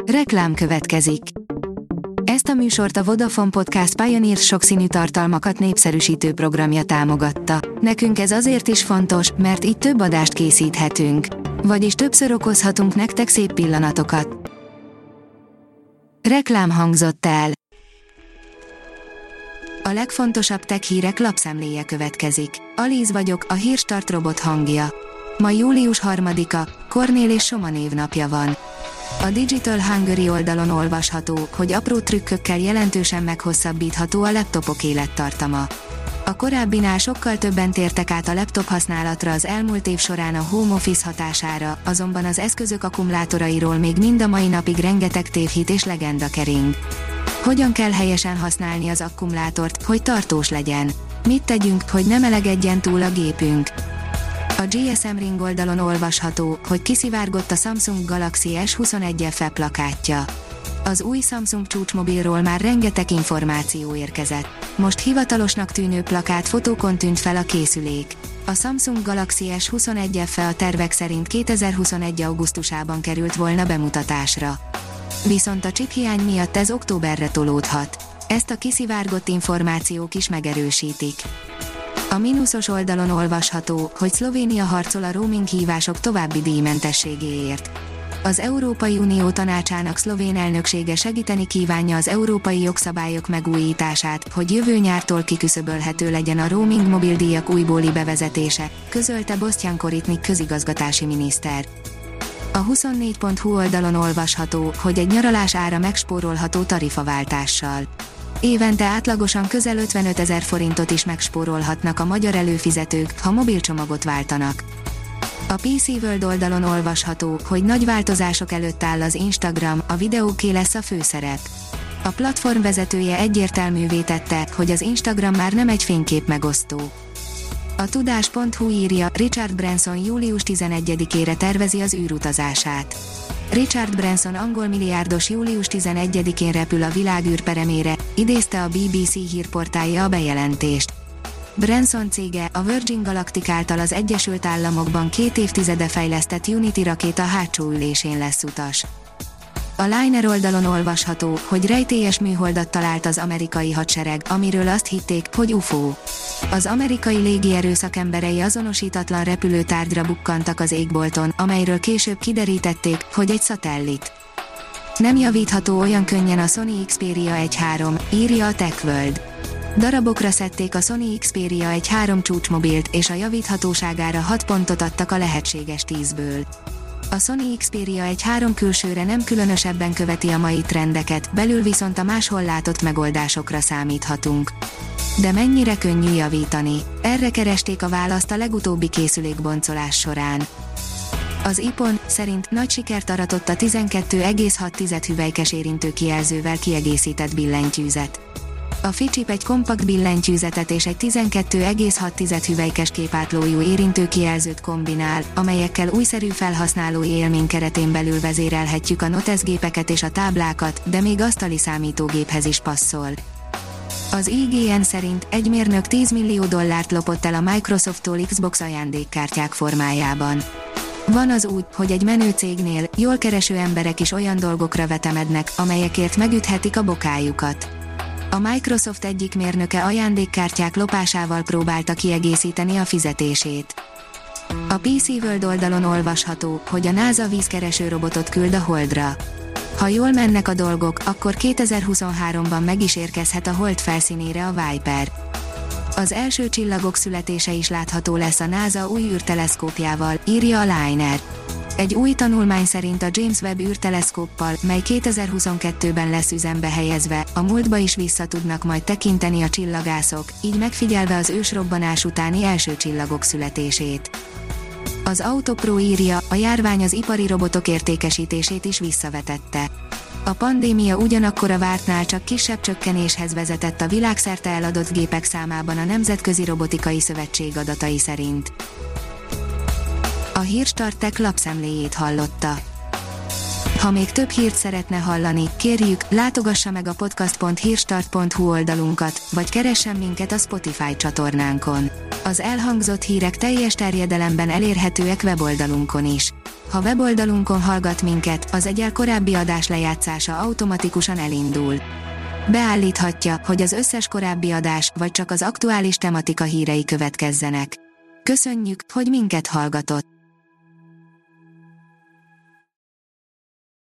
Reklám következik. Ezt a műsort a Vodafone Podcast Pioneer sokszínű tartalmakat népszerűsítő programja támogatta. Nekünk ez azért is fontos, mert így több adást készíthetünk. Vagyis többször okozhatunk nektek szép pillanatokat. Reklám hangzott el. A legfontosabb tech hírek lapszemléje következik. Alíz vagyok, a Hírstart robot hangja. Ma július 3-a, Kornél és Soma névnapja van. A Digital Hungary oldalon olvasható, hogy apró trükkökkel jelentősen meghosszabbítható a laptopok élettartama. A korábbinál sokkal többen tértek át a laptop használatra az elmúlt év során a home office hatására, azonban az eszközök akkumulátorairól még mind a mai napig rengeteg tévhit és legenda kering. Hogyan kell helyesen használni az akkumulátort, hogy tartós legyen? Mit tegyünk, hogy ne melegedjen túl a gépünk? A GSM Ring oldalon olvasható, hogy kiszivárgott a Samsung Galaxy S21 FE plakátja. Az új Samsung csúcsmobilról már rengeteg információ érkezett. Most hivatalosnak tűnő plakát fotókon tűnt fel a készülék. A Samsung Galaxy S21 FE a tervek szerint 2021. augusztusában került volna bemutatásra. Viszont a chiphiány miatt ez októberre tolódhat. Ezt a kiszivárgott információk is megerősítik. A mínuszos oldalon olvasható, hogy Szlovénia harcol a roaming hívások további díjmentességéért. Az Európai Unió tanácsának szlovén elnöksége segíteni kívánja az európai jogszabályok megújítását, hogy jövő nyártól kiküszöbölhető legyen a roaming mobildíjak újbóli bevezetése, közölte Bosztyan Koritnik közigazgatási miniszter. A 24.hu oldalon olvasható, hogy egy nyaralás ára megspórolható tarifaváltással. Évente átlagosan közel 55 000 forintot is megspórolhatnak a magyar előfizetők, ha mobilcsomagot váltanak. A PC World oldalon olvasható, hogy nagy változások előtt áll az Instagram, a videóké lesz a főszerep. A platform vezetője egyértelművé tette, hogy az Instagram már nem egy fénykép megosztó. A tudás.hu írja, Richard Branson július 11-ére tervezi az űrutazását. Richard Branson angol milliárdos július 11-én repül a világ űrperemére, idézte a BBC hírportálja a bejelentést. Branson cége, a Virgin Galactic által az Egyesült Államokban 2 évtizede fejlesztett Unity rakéta hátsó ülésén lesz utas. A Liner oldalon olvasható, hogy rejtélyes műholdat talált az amerikai hadsereg, amiről azt hitték, hogy UFO. Az amerikai légierő szakemberei azonosítatlan repülőtárgyra bukkantak az égbolton, amelyről később kiderítették, hogy egy szatellit. Nem javítható olyan könnyen a Sony Xperia 1.3, írja a TechWorld. Darabokra szedték a Sony Xperia 1.3 csúcsmobilt, és a javíthatóságára 6 pontot adtak a lehetséges 10-ből. A Sony Xperia 1.3 külsőre nem különösebben követi a mai trendeket, belül viszont a máshol látott megoldásokra számíthatunk. De mennyire könnyű javítani? Erre keresték a választ a legutóbbi készülékboncolás során. Az IPON szerint nagy sikert aratott a 12,6 hüvelykes érintőkijelzővel kiegészített billentyűzet. A Ficchip egy kompakt billentyűzetet és egy 12,6 hüvelykes képátlójú érintőkijelzőt kombinál, amelyekkel újszerű felhasználói élmény keretén belül vezérelhetjük a noteszgépeket és a táblákat, de még asztali számítógéphez is passzol. Az IGN szerint egy mérnök $10 millió lopott el a Microsofttól Xbox ajándékkártyák formájában. Van az úgy, hogy egy menő cégnél jól kereső emberek is olyan dolgokra vetemednek, amelyekért megüthetik a bokájukat. A Microsoft egyik mérnöke ajándékkártyák lopásával próbálta kiegészíteni a fizetését. A PC World oldalon olvasható, hogy a NASA vízkereső robotot küld a Holdra. Ha jól mennek a dolgok, akkor 2023-ban meg is érkezhet a Hold felszínére a Viper. Az első csillagok születése is látható lesz a NASA új űrteleszkópjával, írja a Liner. Egy új tanulmány szerint a James Webb űrteleszkóppal, mely 2022-ben lesz üzembe helyezve, a múltba is vissza tudnak majd tekinteni a csillagászok, így megfigyelve az ősrobbanás utáni első csillagok születését. Az Autopro írja, a járvány az ipari robotok értékesítését is visszavetette. A pandémia ugyanakkor a vártnál csak kisebb csökkenéshez vezetett a világszerte eladott gépek számában a Nemzetközi Robotikai Szövetség adatai szerint. A Hírstart Tech lapszemléjét hallotta. Ha még több hírt szeretne hallani, kérjük, látogassa meg a podcast.hírstart.hu oldalunkat, vagy keressen minket a Spotify csatornánkon. Az elhangzott hírek teljes terjedelemben elérhetőek weboldalunkon is. Ha weboldalunkon hallgat minket, az egyel korábbi adás lejátszása automatikusan elindul. Beállíthatja, hogy az összes korábbi adás, vagy csak az aktuális tematika hírei következzenek. Köszönjük, hogy minket hallgatott!